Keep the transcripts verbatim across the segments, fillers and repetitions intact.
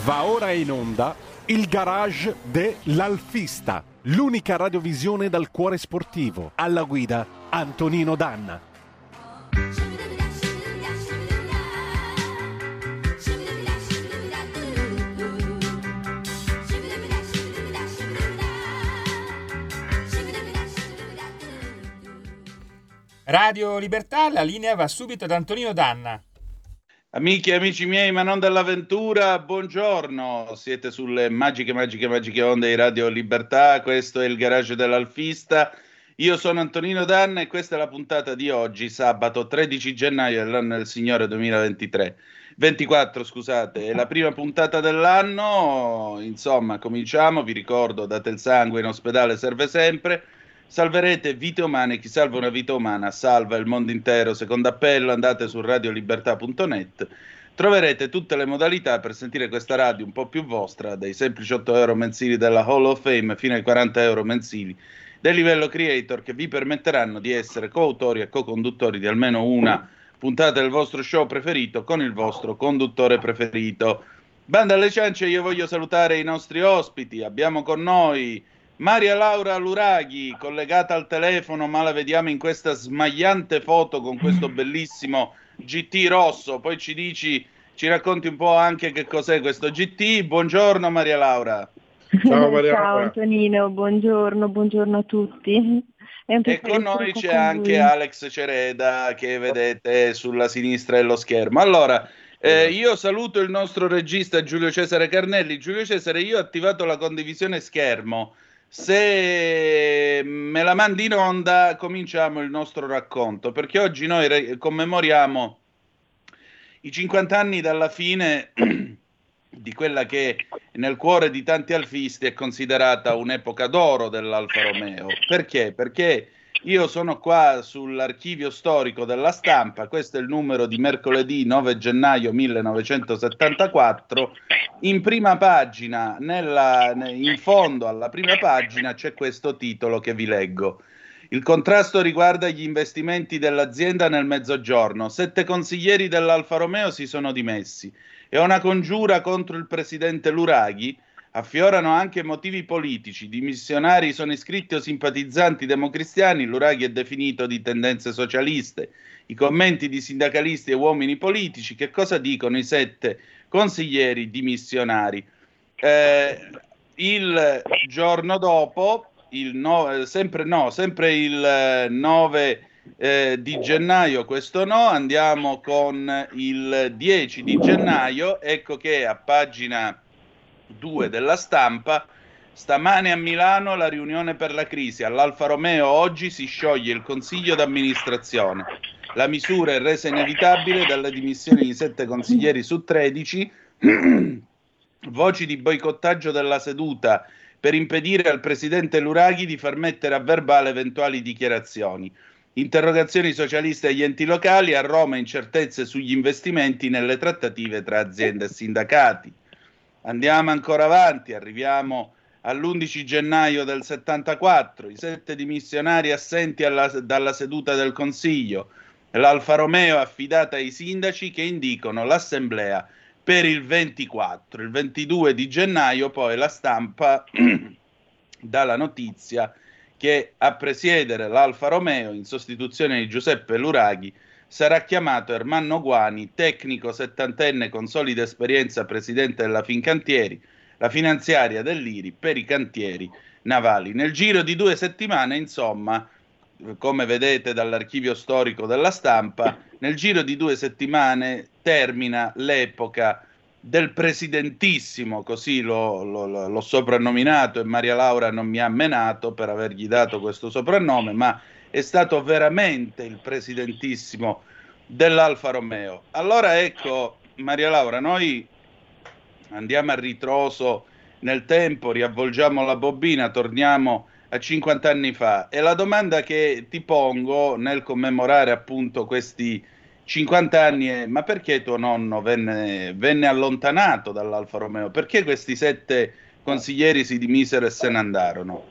Va ora in onda il garage dell'Alfista, l'unica radiovisione dal cuore sportivo. Alla guida Antonino Danna. Radio Libertà, la linea va subito ad Antonino Danna. Amiche e amici miei, ma non dell'avventura, buongiorno, siete sulle magiche, magiche, magiche onde di Radio Libertà, questo è il garage dell'Alfista, io sono Antonino Danna e questa è la puntata di oggi, sabato tredici gennaio dell'anno del Signore duemilaventitré, ventiquattro scusate, è la prima puntata dell'anno, insomma cominciamo, vi ricordo, date il sangue, in ospedale serve sempre. Salverete vite umane, chi salva una vita umana salva il mondo intero. Secondo appello, andate su radiolibertà punto net, troverete tutte le modalità per sentire questa radio un po' più vostra, dai semplici otto euro mensili della Hall of Fame fino ai quaranta euro mensili del livello creator, che vi permetteranno di essere coautori e co-conduttori di almeno una puntata del vostro show preferito con il vostro conduttore preferito. Banda alle ciance, io voglio salutare i nostri ospiti. Abbiamo con noi Maria Laura Luraghi, collegata al telefono, ma la vediamo in questa smagliante foto con questo bellissimo G T rosso. Poi ci dici, ci racconti un po' anche che cos'è questo G T. Buongiorno Maria Laura. Ciao Maria Ciao Laura. Antonino, buongiorno, buongiorno a tutti. E con noi c'è anche lui. Alex Cereda, che vedete sulla sinistra dello schermo. Allora, eh, io saluto il nostro regista Giulio Cesare Carnelli. Giulio Cesare, io ho attivato la condivisione schermo. Se me la mandi in onda, cominciamo il nostro racconto, perché oggi noi re- commemoriamo i cinquanta anni dalla fine di quella che nel cuore di tanti alfisti è considerata un'epoca d'oro dell'Alfa Romeo. Perché? Perché io sono qua sull'archivio storico della Stampa, questo è il numero di mercoledì nove gennaio millenovecentosettantaquattro. In prima pagina, nella, in fondo alla prima pagina, c'è questo titolo che vi leggo. Il contrasto riguarda gli investimenti dell'azienda nel Mezzogiorno. Sette consiglieri dell'Alfa Romeo si sono dimessi. È una congiura contro il presidente Luraghi. Affiorano anche motivi politici. Dimissionari sono iscritti o simpatizzanti democristiani. Luraghi è definito di tendenze socialiste. I commenti di sindacalisti e uomini politici. Che cosa dicono i sette consiglieri dimissionari? Eh, il giorno dopo, il no, sempre no, sempre il nove eh, di gennaio, questo no, andiamo con il dieci di gennaio, ecco che a pagina due della Stampa, stamane a Milano la riunione per la crisi, all'Alfa Romeo oggi si scioglie il consiglio d'amministrazione. La misura è resa inevitabile dalle dimissioni di sette consiglieri su tredici, voci di boicottaggio della seduta per impedire al presidente Luraghi di far mettere a verbale eventuali dichiarazioni. Interrogazioni socialiste agli enti locali, a Roma incertezze sugli investimenti nelle trattative tra aziende e sindacati. Andiamo ancora avanti, arriviamo all'undici gennaio del settantaquattro, i sette dimissionari assenti alla, dalla seduta del Consiglio. L'Alfa Romeo affidata ai sindaci che indicano l'assemblea per il ventiquattro. Il ventidue di gennaio poi la Stampa dà la notizia che a presiedere l'Alfa Romeo in sostituzione di Giuseppe Luraghi sarà chiamato Ermanno Guani, tecnico settantenne con solida esperienza, presidente della Fincantieri, la finanziaria dell'I R I per i cantieri navali. Nel giro di due settimane, insomma, come vedete dall'archivio storico della Stampa, nel giro di due settimane termina l'epoca del presidentissimo, così l'ho, l'ho, l'ho soprannominato e Maria Laura non mi ha menato per avergli dato questo soprannome, ma è stato veramente il presidentissimo dell'Alfa Romeo. Allora ecco, Maria Laura, noi andiamo a ritroso nel tempo, riavvolgiamo la bobina, torniamo a cinquanta anni fa, e la domanda che ti pongo nel commemorare appunto questi cinquanta anni è: ma perché tuo nonno venne, venne allontanato dall'Alfa Romeo? Perché questi sette consiglieri si dimisero e se ne andarono?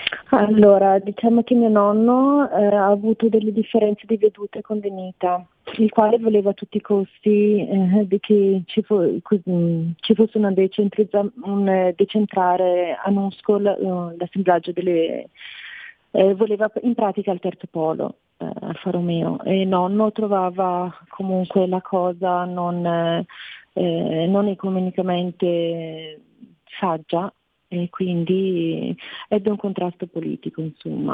Allora, diciamo che mio nonno eh, ha avuto delle differenze di vedute con Denita, il quale voleva a tutti i costi eh, di che ci, fo- così, ci fosse una decentrizza- un eh, decentrare a Nusco l- uh, l'assemblaggio delle... Eh, voleva in pratica il terzo polo, eh, Alfa Romeo, e nonno trovava comunque la cosa non, eh, eh, non economicamente saggia, e quindi ebbe un contrasto politico, insomma.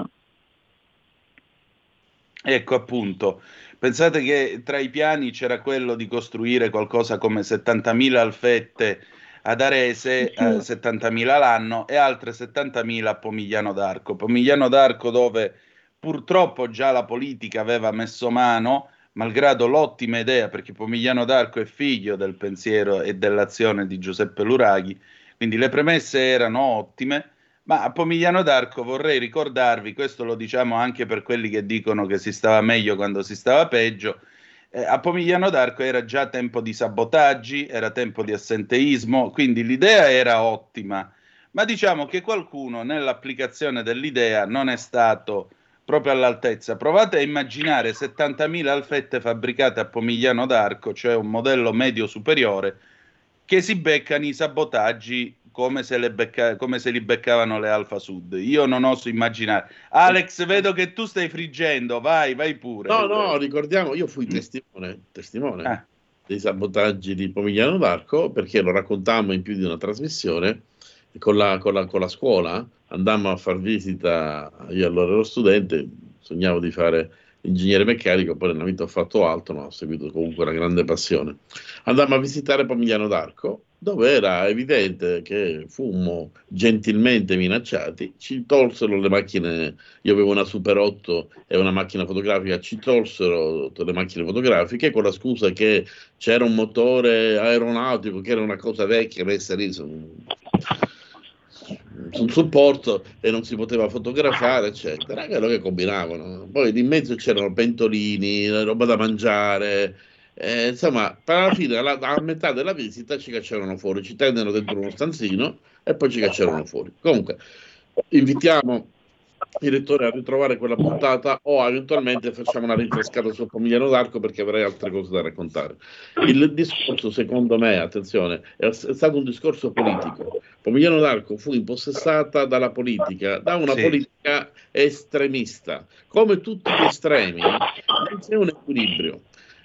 Ecco appunto, pensate che tra i piani c'era quello di costruire qualcosa come settantamila alfette ad Arese, Sì. eh, settantamila l'anno, e altre settantamila a Pomigliano d'Arco. Pomigliano d'Arco dove purtroppo già la politica aveva messo mano, malgrado l'ottima idea, perché Pomigliano d'Arco è figlio del pensiero e dell'azione di Giuseppe Luraghi, quindi le premesse erano ottime. Ma a Pomigliano d'Arco vorrei ricordarvi, questo lo diciamo anche per quelli che dicono che si stava meglio quando si stava peggio, eh, a Pomigliano d'Arco era già tempo di sabotaggi, era tempo di assenteismo, quindi l'idea era ottima, ma diciamo che qualcuno nell'applicazione dell'idea non è stato proprio all'altezza. Provate a immaginare settantamila alfette fabbricate a Pomigliano d'Arco, cioè un modello medio superiore, che si beccano i sabotaggi come se, le becca- come se li beccavano le Alfa Sud. Io non oso immaginare. Alex, vedo che tu stai friggendo, vai, vai pure. No, no, ricordiamo, io fui testimone, testimone Eh. dei sabotaggi di Pomigliano d'Arco, perché lo raccontammo in più di una trasmissione con la, con la, con la scuola. Andammo a far visita, io allora ero studente, sognavo di fare ingegnere meccanico, poi nella vita ho fatto altro, ma ho seguito comunque una grande passione. Andammo a visitare Pomigliano d'Arco, dove era evidente che fummo gentilmente minacciati, ci tolsero le macchine. Io avevo una Super otto e una macchina fotografica, ci tolsero le macchine fotografiche con la scusa che c'era un motore aeronautico, che era una cosa vecchia messa lì su un supporto e non si poteva fotografare, eccetera. È quello che combinavano. Poi in mezzo c'erano pentolini, roba da mangiare. Eh, insomma, per alla fine, alla, a metà della visita ci cacciarono fuori, ci tennero dentro uno stanzino e poi ci cacciarono fuori. Comunque, invitiamo il lettore a ritrovare quella puntata o eventualmente facciamo una rinfrescata su Pomigliano d'Arco, perché avrei altre cose da raccontare. Il discorso, secondo me, attenzione, è stato un discorso politico. Pomigliano d'Arco fu impossessata dalla politica, da una Sì. politica estremista. Come tutti gli estremi, non c'è un equilibrio.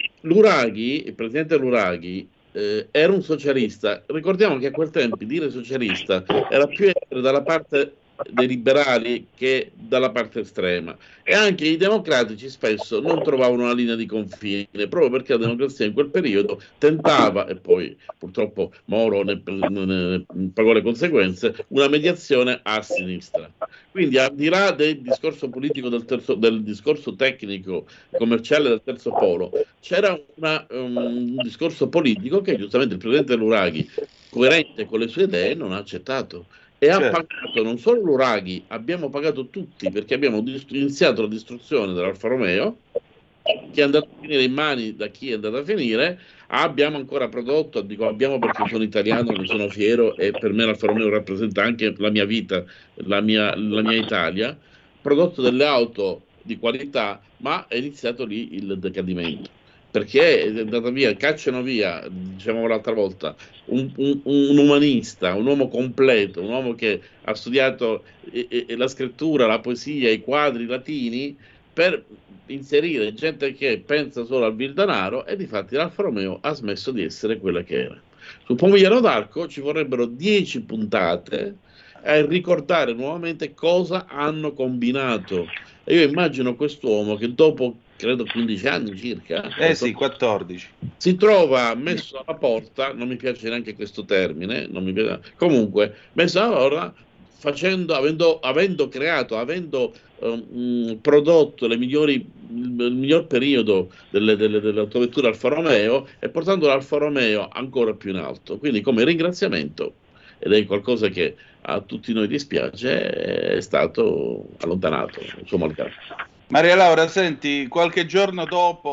Luraghi, il presidente Luraghi, eh, era un socialista. Ricordiamo che a quel tempo dire socialista era più essere dalla parte dei liberali che dalla parte estrema, e anche i democratici spesso non trovavano una linea di confine, proprio perché la democrazia in quel periodo tentava, e poi purtroppo Moro ne, ne, ne pagò le conseguenze, una mediazione a sinistra. Quindi, al di là del discorso politico del, terzo, del discorso tecnico commerciale del terzo polo, c'era una, um, un discorso politico che giustamente il presidente Luraghi, coerente con le sue idee, non ha accettato. E ha Certo. pagato non solo Luraghi, abbiamo pagato tutti, perché abbiamo dist- iniziato la distruzione dell'Alfa Romeo, che è andata a finire in mani da chi è andata a finire. Abbiamo ancora prodotto, dico abbiamo perché sono italiano, ne sono fiero, e per me l'Alfa Romeo rappresenta anche la mia vita, la mia, la mia Italia, prodotto delle auto di qualità, ma è iniziato lì il decadimento, perché è andata via, cacciano via, diciamo l'altra volta, un, un, un umanista, un uomo completo, un uomo che ha studiato e, e, la scrittura, la poesia, i quadri latini, per inserire gente che pensa solo al vil denaro, e difatti l'Alfa Romeo ha smesso di essere quella che era. Su Pomigliano d'Arco ci vorrebbero dieci puntate a ricordare nuovamente cosa hanno combinato. E io immagino quest'uomo che dopo, credo, quindici anni circa, Eh sì, quattordici. si trova messo alla porta, non mi piace neanche questo termine, non mi piace, comunque, messo alla porta, facendo, avendo, avendo creato, avendo um, prodotto le migliori, il miglior periodo delle, delle, delle autovetture Alfa Romeo, e portando l'Alfa Romeo ancora più in alto. Quindi, come ringraziamento, ed è qualcosa che a tutti noi dispiace, è stato allontanato, insomma, il caso. Maria Laura, senti, qualche giorno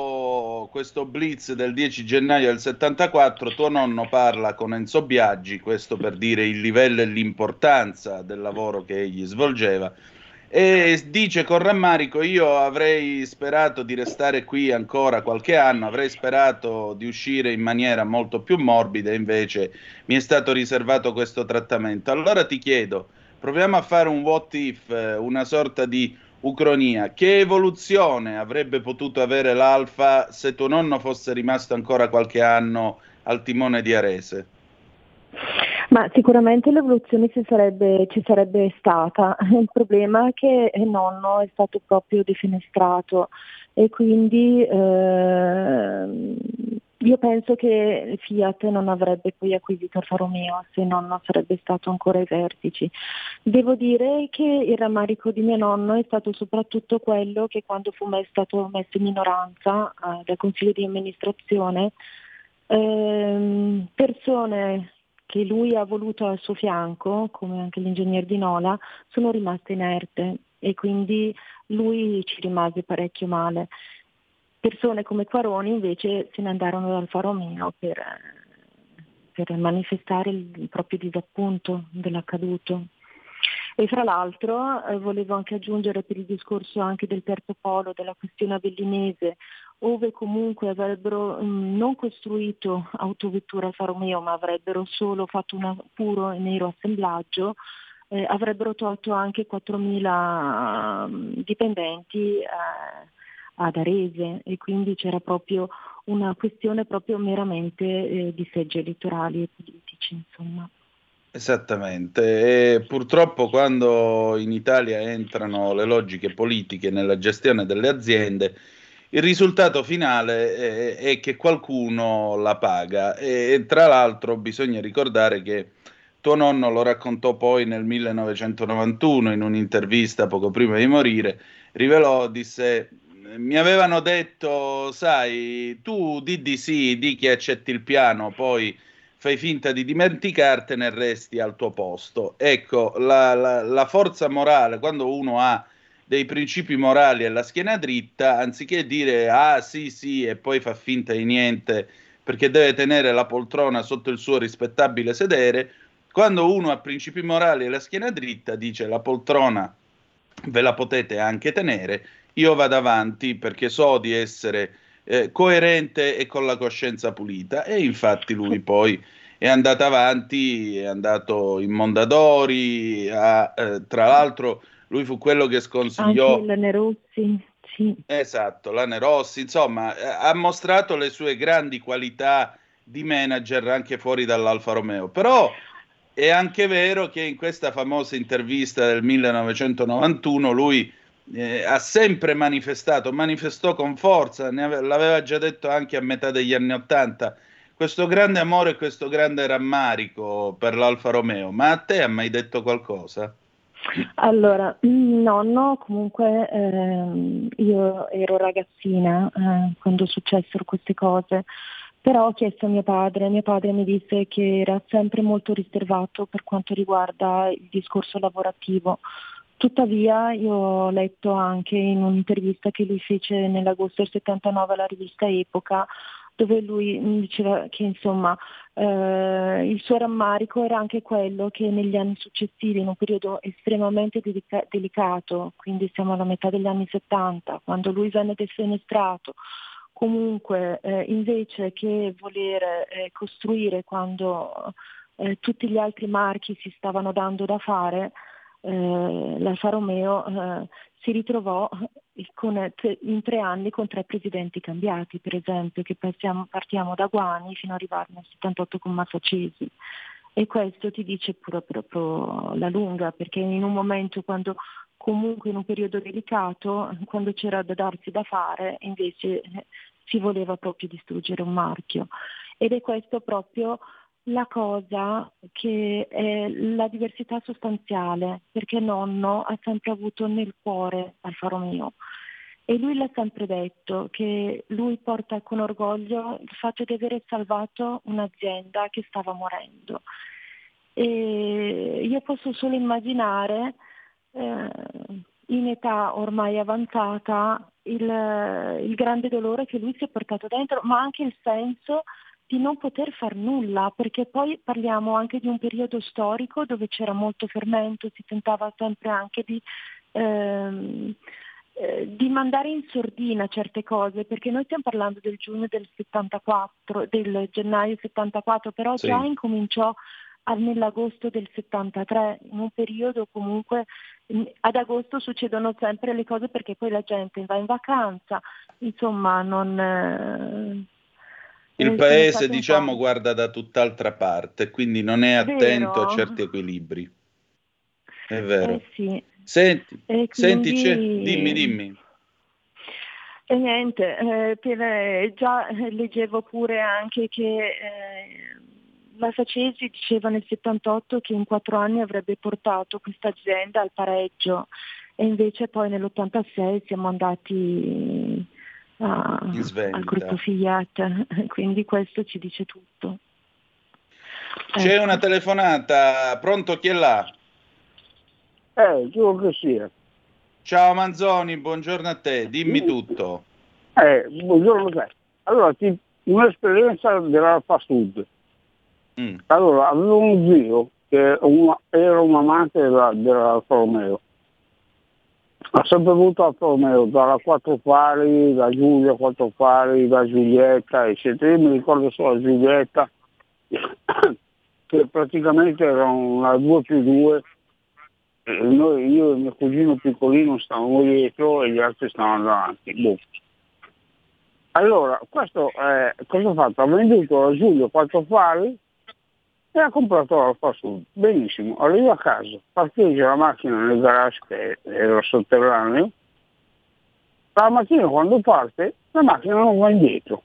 dopo questo blitz del dieci gennaio del settantaquattro, tuo nonno parla con Enzo Biaggi, questo per dire il livello e l'importanza del lavoro che egli svolgeva, E dice con rammarico: io avrei sperato di restare qui ancora qualche anno, avrei sperato di uscire in maniera molto più morbida, invece mi è stato riservato questo trattamento. Allora ti chiedo, proviamo a fare un what if, eh, una sorta di ucronia. Che evoluzione avrebbe potuto avere l'Alfa se tuo nonno fosse rimasto ancora qualche anno al timone di Arese? Ma sicuramente l'evoluzione ci sarebbe, ci sarebbe stata, il problema è che il nonno è stato proprio defenestrato e quindi eh, io penso che Fiat non avrebbe poi acquisito Alfa Romeo se il nonno sarebbe stato ancora ai vertici. Devo dire che il rammarico di mio nonno è stato soprattutto quello che quando fu me- stato messo in minoranza eh, dal consiglio di amministrazione, ehm, persone che lui ha voluto al suo fianco, come anche l'ingegner Di Nola, sono rimaste inerte e quindi lui ci rimase parecchio male. Persone come Quaroni invece se ne andarono ad Alfa Romeo per, per manifestare il proprio disappunto dell'accaduto. E fra l'altro eh, volevo anche aggiungere per il discorso anche del terzo polo, della questione avellinese, ove comunque avrebbero mh, non costruito autovetture Alfa Romeo, ma avrebbero solo fatto un puro e nero assemblaggio, eh, avrebbero tolto anche quattromila mh, dipendenti eh, ad Arese e quindi c'era proprio una questione proprio meramente eh, di seggi elettorali e politici, insomma. Esattamente, e purtroppo quando in Italia entrano le logiche politiche nella gestione delle aziende, il risultato finale è, è che qualcuno la paga e, e tra l'altro bisogna ricordare che tuo nonno lo raccontò poi nel millenovecentonovantuno in un'intervista poco prima di morire, rivelò, disse: mi avevano detto, sai, tu di di sì, di che accetti il piano, poi fai finta di dimenticartene e resti al tuo posto. Ecco, la, la, la forza morale, quando uno ha dei principi morali e la schiena dritta, anziché dire ah sì sì e poi fa finta di niente perché deve tenere la poltrona sotto il suo rispettabile sedere, quando uno ha principi morali e la schiena dritta dice la poltrona ve la potete anche tenere, io vado avanti perché so di essere eh, coerente e con la coscienza pulita. E infatti lui poi è andato avanti, è andato in Mondadori, ha, eh, tra l'altro lui fu quello che Anche sconsigliò, il Nerozzi, sì. esatto, Lane Rossi, insomma, eh, ha mostrato le sue grandi qualità di manager anche fuori dall'Alfa Romeo. Però è anche vero che in questa famosa intervista del millenovecentonovantuno lui eh, ha sempre manifestato, manifestò con forza, ne ave- l'aveva già detto anche a metà degli anni Ottanta, questo grande amore e questo grande rammarico per l'Alfa Romeo. Ma a te ha mai detto qualcosa? Allora, il nonno comunque ehm, io ero ragazzina eh, quando successero queste cose, però ho chiesto a mio padre, mio padre mi disse che era sempre molto riservato per quanto riguarda il discorso lavorativo. Tuttavia io ho letto anche in un'intervista che lui fece nell'agosto del settantanove alla rivista Epoca, dove lui mi diceva che insomma eh, il suo rammarico era anche quello che negli anni successivi, in un periodo estremamente dedica- delicato, quindi siamo alla metà degli anni settanta, quando lui venne defenestrato, comunque eh, invece che voler eh, costruire quando eh, tutti gli altri marchi si stavano dando da fare, eh, l'Alfa Romeo eh, si ritrovò con, in tre anni con tre presidenti cambiati, per esempio, che passiamo, partiamo da Guani fino ad arrivare nel settantotto con Massacesi. E questo ti dice pure proprio la lunga, perché in un momento quando comunque in un periodo delicato, quando c'era da darsi da fare, invece eh, si voleva proprio distruggere un marchio. Ed è questo proprio la cosa che è la diversità sostanziale, perché nonno ha sempre avuto nel cuore Alfa Romeo e lui l'ha sempre detto che lui porta con orgoglio il fatto di aver salvato un'azienda che stava morendo. E io posso solo immaginare eh, in età ormai avanzata il, il grande dolore che lui si è portato dentro, ma anche il senso di non poter far nulla, perché poi parliamo anche di un periodo storico dove c'era molto fermento, si tentava sempre anche di ehm, eh, di mandare in sordina certe cose, perché noi stiamo parlando del giugno del settantaquattro, del gennaio settantaquattro, però Sì. già incominciò a- nell'agosto del settantatré, in un periodo comunque in- ad agosto succedono sempre le cose perché poi la gente va in vacanza, insomma non... eh, Il eh, sono paese, state un diciamo, po'... guarda da tutt'altra parte, quindi non è attento a Vero? certi equilibri. È Eh vero. sì, Senti, e senti, c'è... dimmi, quindi... dimmi. E niente, eh, per, eh, già eh, leggevo pure anche che eh, la Facesi diceva nel settantotto che in quattro anni avrebbe portato questa azienda al pareggio e invece poi nell'ottantasei siamo andati a- In svendita. al gruppo Fiat, quindi questo ci dice tutto. C'è Ecco. una telefonata, pronto, chi è là? Eh, giuro che sia. Ciao Manzoni, buongiorno a te, dimmi tutto. Eh, buongiorno a te. Allora, ti, un'esperienza della fast food. Mm. Allora, avevo uno zio che una- era un amante della, della Alfa Romeo. Ha sempre avuto Alfa Romeo, dalla Quattro Fari, da Giulia Quattro Fari, da Giulietta, eccetera. Io mi ricordo solo Giulietta, che praticamente era una due più due. E noi, io e mio cugino piccolino stavamo dietro e gli altri stavano davanti. Boh. Allora, questo eh, cosa ha fatto? Ha venduto a Giulio quattro fari e ha comprato la fast food. Benissimo, arriva a casa, parcheggia la macchina nel garage che era sotterraneo. La mattina quando parte, la macchina non va indietro.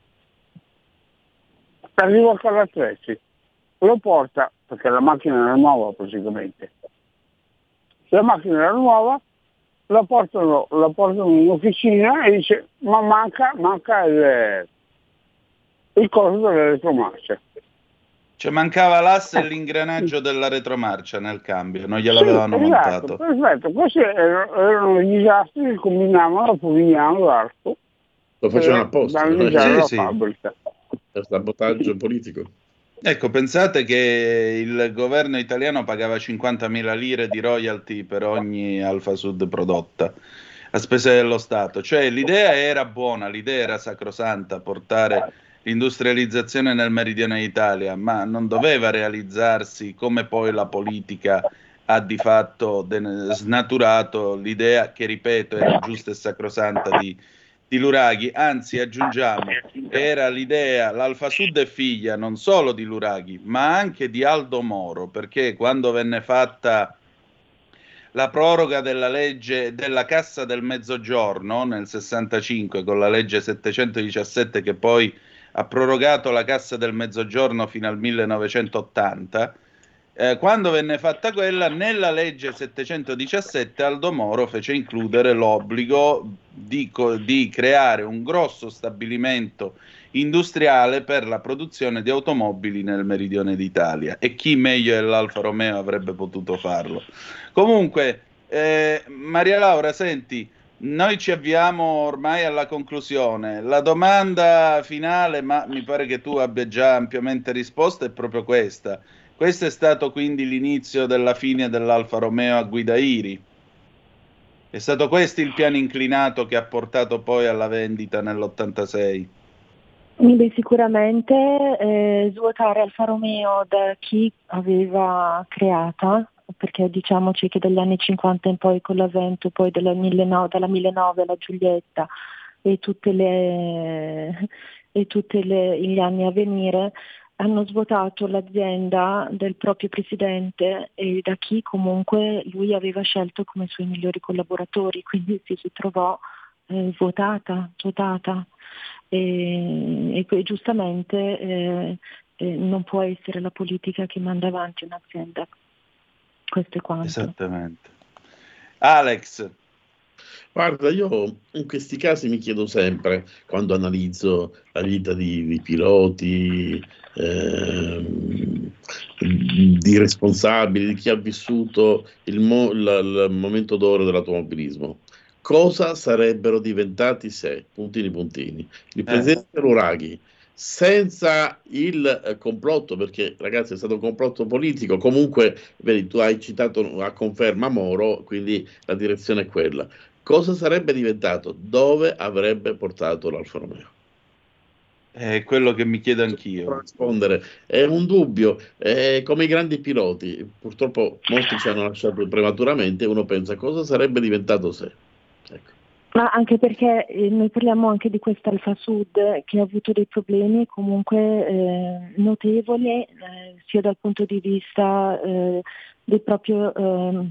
Arriva al Calattrezzi, lo porta, perché la macchina era nuova praticamente. La macchina era nuova, la portano, la portano in officina e dice ma manca, manca il, il coso della retromarcia. Cioè mancava l'asse e l'ingranaggio della retromarcia nel cambio, non gliel'avevano Sì, esatto, montato. perfetto, questi erano, erano i disastri che combinavano la Povignano d'Arco Lo facevano per apposta, non è danneggiare Sì, la sì. fabbrica. per sabotaggio politico. Ecco, pensate che il governo italiano pagava cinquantamila lire di royalty per ogni Alfa Sud prodotta a spese dello Stato. Cioè l'idea era buona, l'idea era sacrosanta, portare l'industrializzazione nel meridione d'Italia, ma non doveva realizzarsi come poi la politica ha di fatto de- snaturato l'idea che, ripeto, era giusta e sacrosanta di, di Luraghi. Anzi, aggiungiamo, era l'idea, l'Alfa Sud è figlia non solo di Luraghi, ma anche di Aldo Moro, perché quando venne fatta la proroga della legge della Cassa del Mezzogiorno nel sessantacinque con la legge settecentodiciassette che poi ha prorogato la Cassa del Mezzogiorno fino al millenovecentottanta, eh, quando venne fatta quella, nella legge settecentodiciassette Aldo Moro fece includere l'obbligo di, co- di creare un grosso stabilimento industriale per la produzione di automobili nel meridione d'Italia. E chi meglio dell'Alfa Romeo avrebbe potuto farlo? Comunque, eh, Maria Laura, senti, noi ci avviamo ormai alla conclusione. La domanda finale, ma mi pare che tu abbia già ampiamente risposto, è proprio questa. Questo è stato quindi l'inizio della fine dell'Alfa Romeo a guida IRI. È stato questo il piano inclinato che ha portato poi alla vendita nell'ottantasei? Beh, sicuramente eh, svuotare Alfa Romeo da chi aveva creata, perché diciamoci che dagli anni cinquanta in poi con l'avvento poi della millenovecento, dalla millenovecento alla Giulietta e tutte le e tutti gli anni a venire hanno svuotato l'azienda del proprio presidente e da chi comunque lui aveva scelto come suoi migliori collaboratori, quindi si ritrovò eh, svuotata, svuotata. E, e poi giustamente eh, eh, non può essere la politica che manda avanti un'azienda. Questo è quanto. Esattamente. Alex. Guarda, io in questi casi mi chiedo sempre, quando analizzo la vita di, di piloti, ehm, di responsabili, di chi ha vissuto il, mo- la- il momento d'oro dell'automobilismo, cosa sarebbero diventati se, puntini puntini. Il Eh. presidente Luraghi senza il eh, complotto, perché ragazzi è stato un complotto politico, comunque vedi, tu hai citato a conferma Moro, quindi la direzione è quella. Cosa sarebbe diventato? Dove avrebbe portato l'Alfa Romeo? È quello che mi chiedo anch'io. Rispondere è un dubbio, è come i grandi piloti, purtroppo molti ci hanno lasciato prematuramente, uno pensa cosa sarebbe diventato se. Ecco. Ma anche perché eh, noi parliamo anche di questa Alfa Sud che ha avuto dei problemi comunque eh, notevoli, eh, sia dal punto di vista eh, del proprio eh,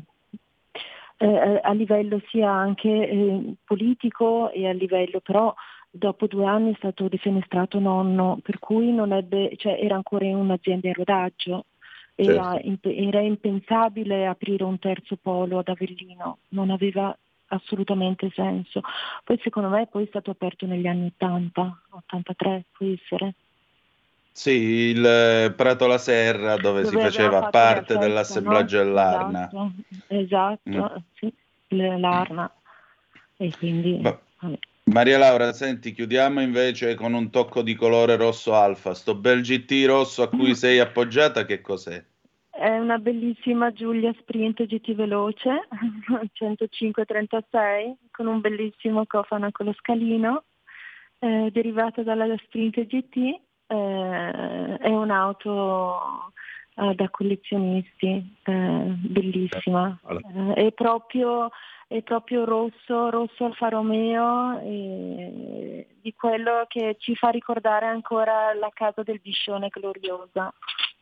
eh, a livello sia anche eh, politico e a livello però dopo due anni è stato defenestrato nonno, per cui non ebbe, cioè era ancora in un'azienda in rodaggio. Era, Certo. imp- era impensabile aprire un terzo polo ad Avellino, non aveva assolutamente senso. Poi secondo me poi è stato aperto negli anni ottanta, ottantatré può essere. Sì, il Prato la Serra dove, Dove si aveva faceva fatto parte la festa, dell'assemblaggio no? dell'Arna. Esatto, esatto, Mm. sì, l- l'Arna. E quindi Ma- vabbè. Maria Laura, senti, chiudiamo invece con un tocco di colore rosso alfa. Sto bel G T rosso a cui sei appoggiata, che cos'è? È una bellissima Giulia Sprint G T veloce, centocinque trentasei, con un bellissimo cofano con lo scalino, eh, derivata dalla Sprint G T, eh, è un'auto eh, da collezionisti, eh, bellissima. Eh, è proprio, è proprio rosso, rosso Alfa Romeo, eh, di quello che ci fa ricordare ancora la casa del Biscione gloriosa.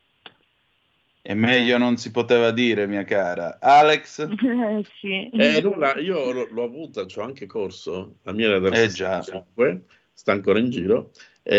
E meglio non si poteva dire, mia cara. Alex? Sì. Eh, nulla, io l'ho, l'ho avuta, ci ho anche corso, la mia era del Eh già. sessantacinque, sta ancora in giro,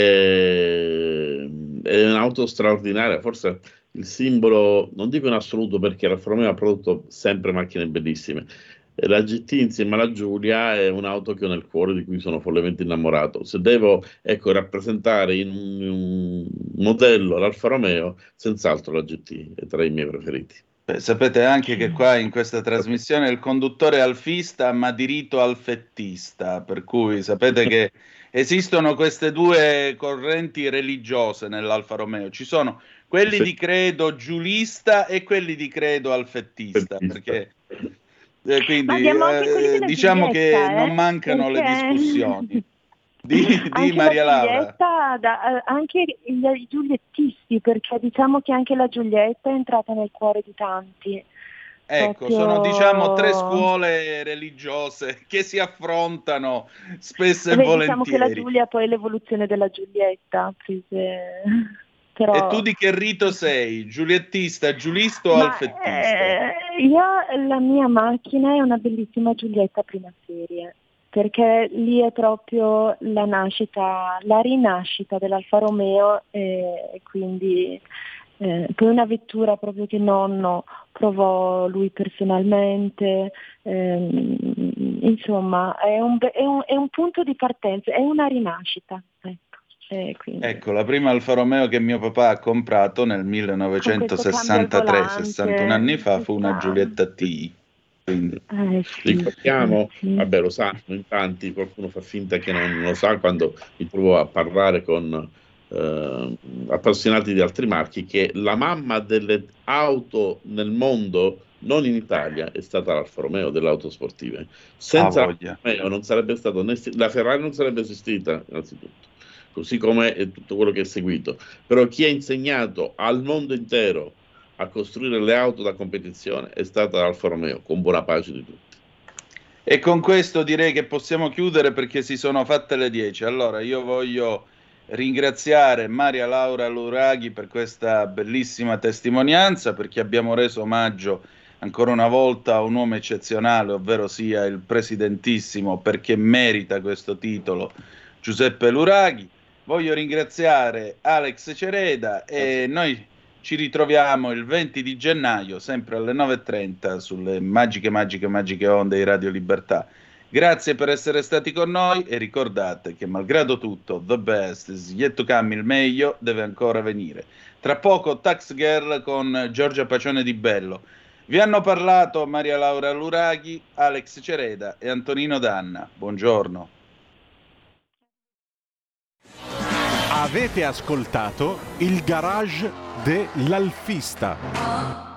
eh, è un'auto straordinaria, forse il simbolo, non dico in assoluto perché l'Alfa Romeo ha prodotto sempre macchine bellissime, e la G T insieme alla Giulia è un'auto che ho nel cuore, di cui sono follemente innamorato. Se devo, ecco, rappresentare in un, in un modello l'Alfa Romeo, senz'altro la G T è tra i miei preferiti. Beh, sapete anche che qua in questa trasmissione il conduttore è alfista ma di rito alfettista, per cui sapete che esistono queste due correnti religiose nell'Alfa Romeo. Ci sono quelli Sì. di credo giulista e quelli di credo alfettista, perché eh, Ma quindi abbiamo anche quelli eh, della diciamo che Giulietta, non eh? mancano le Perché- discussioni. Di, di anche Maria la Laura. Giulietta, da- eh, anche gli, i giuliettisti, perché diciamo che anche la Giulietta è entrata nel cuore di tanti. Ecco, Proprio- sono diciamo tre scuole religiose che si affrontano spesso e Beh, diciamo che la volentieri. Giulia poi è l'evoluzione della Giulietta, prese- però... E tu di che rito sei? Giuliettista, giulista o Ma, alfettista? eh, io la mia macchina è una bellissima Giulietta prima serie, perché lì è proprio la nascita, la rinascita dell'Alfa Romeo e, e quindi eh, poi una vettura proprio che nonno provò lui personalmente, ehm, insomma è un, be- è, un, è un punto di partenza, è una rinascita. Ecco. E quindi... Ecco, la prima Alfa Romeo che mio papà ha comprato nel millenovecentosessantatré, sessantuno anni fa, fu una Giulietta T. Quindi, Eh, sì, ricordiamo, sì. vabbè lo sanno in tanti, qualcuno fa finta che non lo sa quando mi trovo a parlare con eh, appassionati di altri marchi, che la mamma delle auto nel mondo, non in Italia, è stata l'Alfa Romeo delle auto sportive. Senza Ah, l'Alfa voglia. Romeo non sarebbe stato né, la Ferrari non sarebbe esistita innanzitutto, così come è tutto quello che è seguito. Però chi ha insegnato al mondo intero a costruire le auto da competizione è stata l'Alfa Romeo, con buona pace di tutti. E con questo direi che possiamo chiudere perché si sono fatte le dieci. Allora, io voglio ringraziare Maria Laura Luraghi per questa bellissima testimonianza, perché abbiamo reso omaggio ancora una volta a un uomo eccezionale, ovvero sia il presidentissimo, perché merita questo titolo, Giuseppe Luraghi. Voglio ringraziare Alex Cereda e noi ci ritroviamo il venti di gennaio, sempre alle nove e trenta, sulle magiche, magiche, magiche onde di Radio Libertà. Grazie per essere stati con noi e ricordate che malgrado tutto, the best is yet to come, il meglio deve ancora venire. Tra poco Tax Girl con Giorgia Pacione di Bello. Vi hanno parlato Maria Laura Luraghi, Alex Cereda e Antonino Danna. Buongiorno. Avete ascoltato il garage dell'Alfista.